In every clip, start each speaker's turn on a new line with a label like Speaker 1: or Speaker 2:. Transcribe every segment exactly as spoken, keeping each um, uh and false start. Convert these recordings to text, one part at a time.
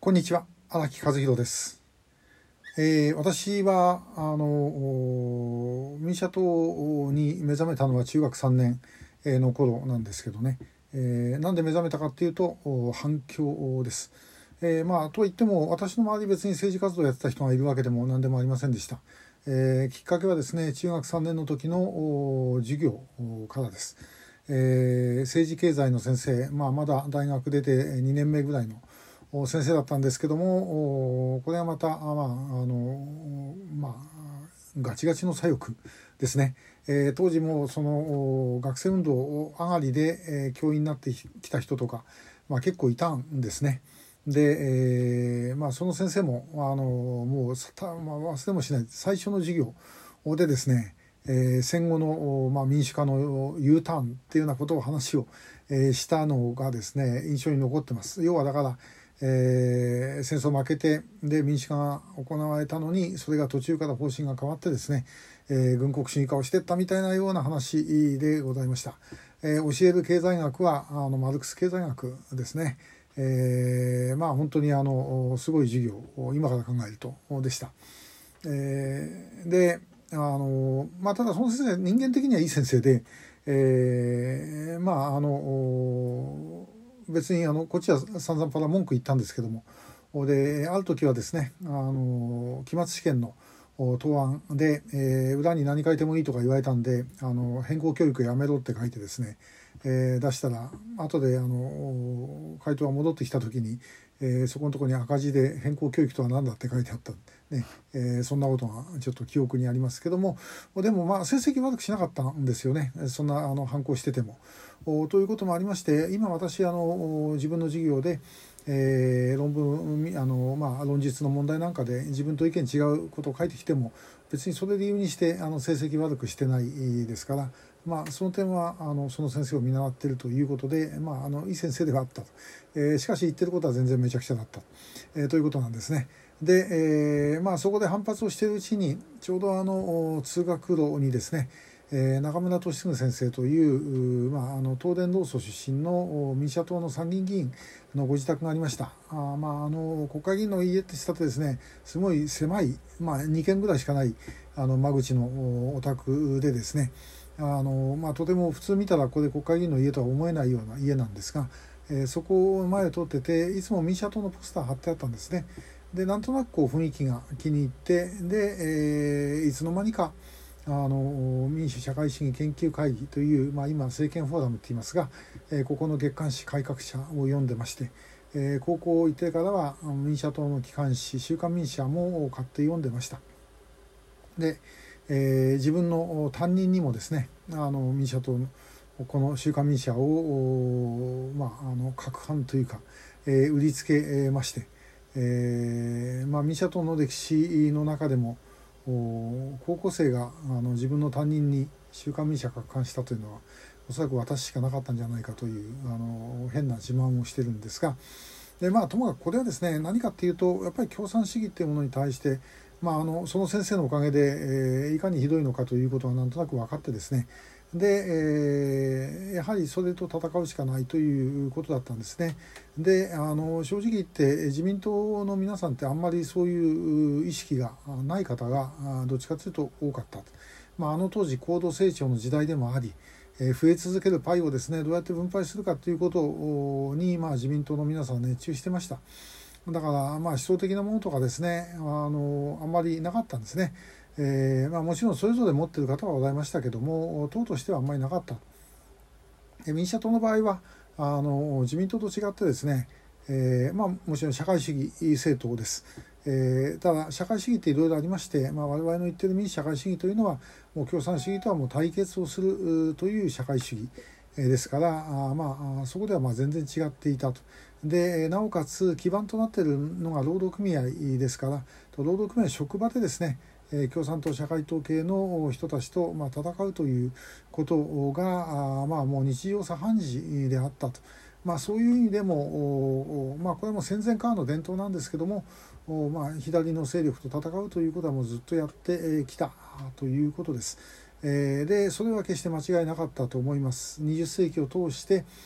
Speaker 1: こんにちは、荒木和弘です。えー、私はあの民社党に目覚めたのは中学さんねんの頃なんですけどね、えー、なんで目覚めたかっていうと反響です。えー、まあといっても私の周り別に政治活動をやってた人がいるわけでも何でもありませんでした。えー、きっかけはですね、中学さんねんの時の授業からです。えー、政治経済の先生、まあ、まだ大学出てにねんめぐらいの先生だったんですけども、これはまた、まああのまあ、ガチガチの左翼ですね。えー、当時もその学生運動上がりで、えー、教員になってきた人とか、まあ、結構いたんですね。で、えーまあ、その先生もあのもう、まあ、忘れもしない最初の授業でですね、えー、戦後の、まあ、民主化の U ターンっていうようなことを話を、えー、したのがですね印象に残ってます。要はだからえー、戦争負けてで民主化が行われたのに、それが途中から方針が変わってですね、えー、軍国主義化をしていったみたいなような話でございました。えー、教える経済学はあのマルクス経済学ですね。えー、まあ本当にあのすごい授業を今から考えるとでした。えー、であの、まあ、ただその先生人間的にはいい先生で、えー、まああの別にあのこっちは散々パラ文句言ったんですけども、である時はですね、あの期末試験の答案で、えー、裏に何書いてもいいとか言われたんで、あの変更教育やめろって書いてですね、えー、出したら後であの回答が戻ってきた時に、えー、そこのところに赤字で変更教育とは何だって書いてあったね、えー、そんなことがちょっと記憶にありますけども、でもまあ成績悪くしなかったんですよね、そんなあの反抗してても。ということもありまして、今私あの自分の授業で、えー、論文あの、まあ、論述の問題なんかで自分と意見違うことを書いてきても別にそれ理由にしてあの成績悪くしてないですから、まあ、その点はあのその先生を見習っているということで、まあ、あのいい先生ではあったと、えー、しかし言ってることは全然めちゃくちゃだった、えー、ということなんですね。で、えーまあ、そこで反発をしているうちにちょうどあの通学路にですね、えー、中村俊嗣先生という、まあ、あの東電労組出身の民社党の参議院議員のご自宅がありました。あ、まあ、あの国会議員の家ってしたってですね、すごい狭い、まあ、にけんぐらいしかないあの間口のお宅でですね、あの、まあ、とても普通見たらこれ国会議員の家とは思えないような家なんですが、えー、そこを前を通ってていつも民社党のポスター貼ってあったんですね。でなんとなくこう雰囲気が気に入ってで、えー、いつの間にかあの民主社会主義研究会議という、まあ、今政権フォーラムって言いますが、えー、ここの月刊誌改革者を読んでまして、えー、高校行ってからは民社党の機関誌週刊民社も買って読んでました。で、えー、自分の担任にもですね、あの民社党のこの週刊民社を、まあ、あの各版というか、えー、売りつけまして、えーまあ、民社党の歴史の中でも高校生があの自分の担任に週刊民社各刊したというのはおそらく私しかなかったんじゃないかというあの変な自慢をしてるんですが、で、まあ、ともかくこれはですね、何かっていうとやっぱり共産主義っていうものに対して、まあ、あのその先生のおかげで、えー、いかにひどいのかということがなんとなく分かってですね、で、えー、やはりそれと戦うしかないということだったんですね。で、あの正直言って自民党の皆さんってあんまりそういう意識がない方がどっちかというと多かった。まあ、あの当時高度成長の時代でもあり、えー、増え続けるパイをですねどうやって分配するかということに、まあ、自民党の皆さん熱中してました。だからまあ思想的なものとかですね、あのあんまりなかったんですね。えーまあ、もちろんそれぞれ持っている方はございましたけども、党としてはあんまりなかった。民社党の場合はあの自民党と違ってですね、えーまあ、もちろん社会主義政党です。えー、ただ社会主義っていろいろありまして、まあ、我々の言ってる民主社会主義というのはもう共産主義とはもう対決をするという社会主義ですから、あまあ、そこではまあ全然違っていたと。でなおかつ基盤となっているのが労働組合ですから、労働組合職場でですね、共産党社会党系の人たちとまあ戦うということがまあもう日常茶飯事であったと。まあ、そういう意味でも、まあ、これも戦前からの伝統なんですけども、まあ、左の勢力と戦うということはもうずっとやってきたということです。でそれは決して間違いなかったと思います。にじゅっせいきを通して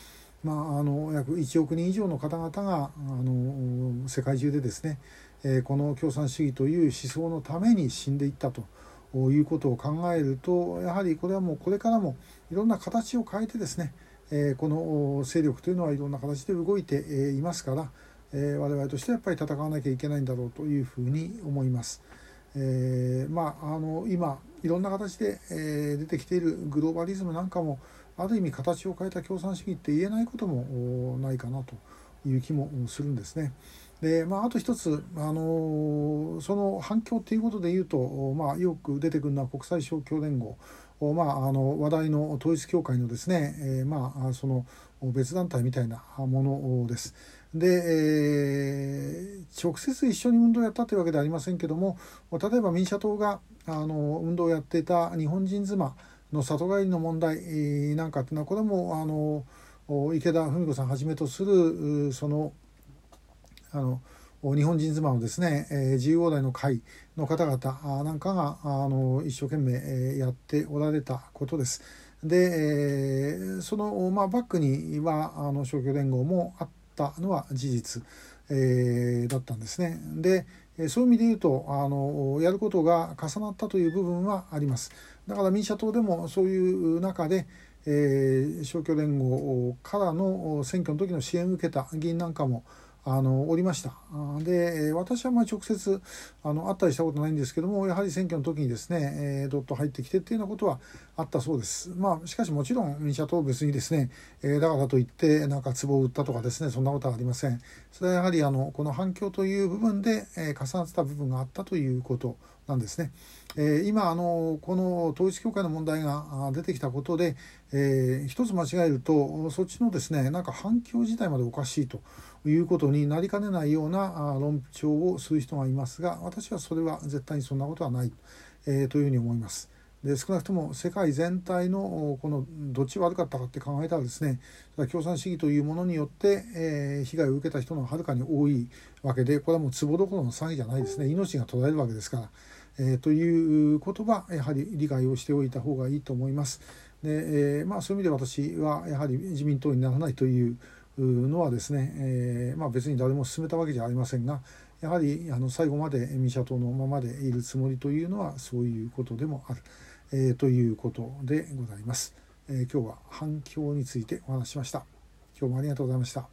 Speaker 1: まあ、あの約いちおくにん以上の方々があの世界中でですね、えー、この共産主義という思想のために死んでいったということを考えると、やはりこれはもうこれからもいろんな形を変えてですね、えー、この勢力というのはいろんな形で動いていますから、えー、我々としてはやっぱり戦わなきゃいけないんだろうというふうに思います。えー、まああの今いろんな形で、えー、出てきているグローバリズムなんかもある意味形を変えた共産主義って言えないこともないかなという気もするんですね。で、まあ、あと一つ、あのその反響ということでいうと、まあ、よく出てくるのは国際勝共連合、まあ、あの話題の統一教会のですね、えー、まあその別団体みたいなものです。で、えー、直接一緒に運動をやったというわけではありませんけども、例えば民社党があの運動をやっていた日本人妻の里帰りの問題なんかっていうのは、これもあの池田文子さんはじめとするそのあの日本人妻のですね、えー、自由往来の会の方々なんかがあの一生懸命やっておられたことです。で、えー、その、まあ、バックにはあの勝共連合もあったのは事実、えー、だったんですね。で、そういう意味で言うとあのやることが重なったという部分はあります。だから民社党でもそういう中で、えー、勝共連合からの選挙の時の支援を受けた議員なんかもあのおりました。で、私はまあ直接あの会ったりしたことないんですけども、やはり選挙の時にですね、えー、どっと入ってきてっていうようなことはあったそうです。まあしかしもちろん民社党別にですね、えー、だからといってなんか壺を売ったとかですね、そんなことはありません。それはやはりあのこの反響という部分で、えー、重なってた部分があったということなんですね。えー、今あのこの統一教会の問題が出てきたことで、えー、一つ間違えるとそっちのですね、なんか反響自体までおかしいということになりかねないような論調をする人がいますが、私はそれは絶対にそんなことはない、えー、というふうに思います。で、少なくとも世界全体のこのどっち悪かったかって考えたらですね、共産主義というものによって、えー、被害を受けた人のはるかに多いわけで、これはもう壺どころの詐欺じゃないですね。命が途絶えるわけですから、えー、ということはやはり理解をしておいた方がいいと思います。で、えーまあ、そういう意味で私はやはり自民党にならないというのはですね、えーまあ、別に誰も進めたわけじゃありませんが、やはりあの最後まで民社党のままでいるつもりというのはそういうことでもある、えー、ということでございます。えー、今日は反響についてお話ししました。今日もありがとうございました。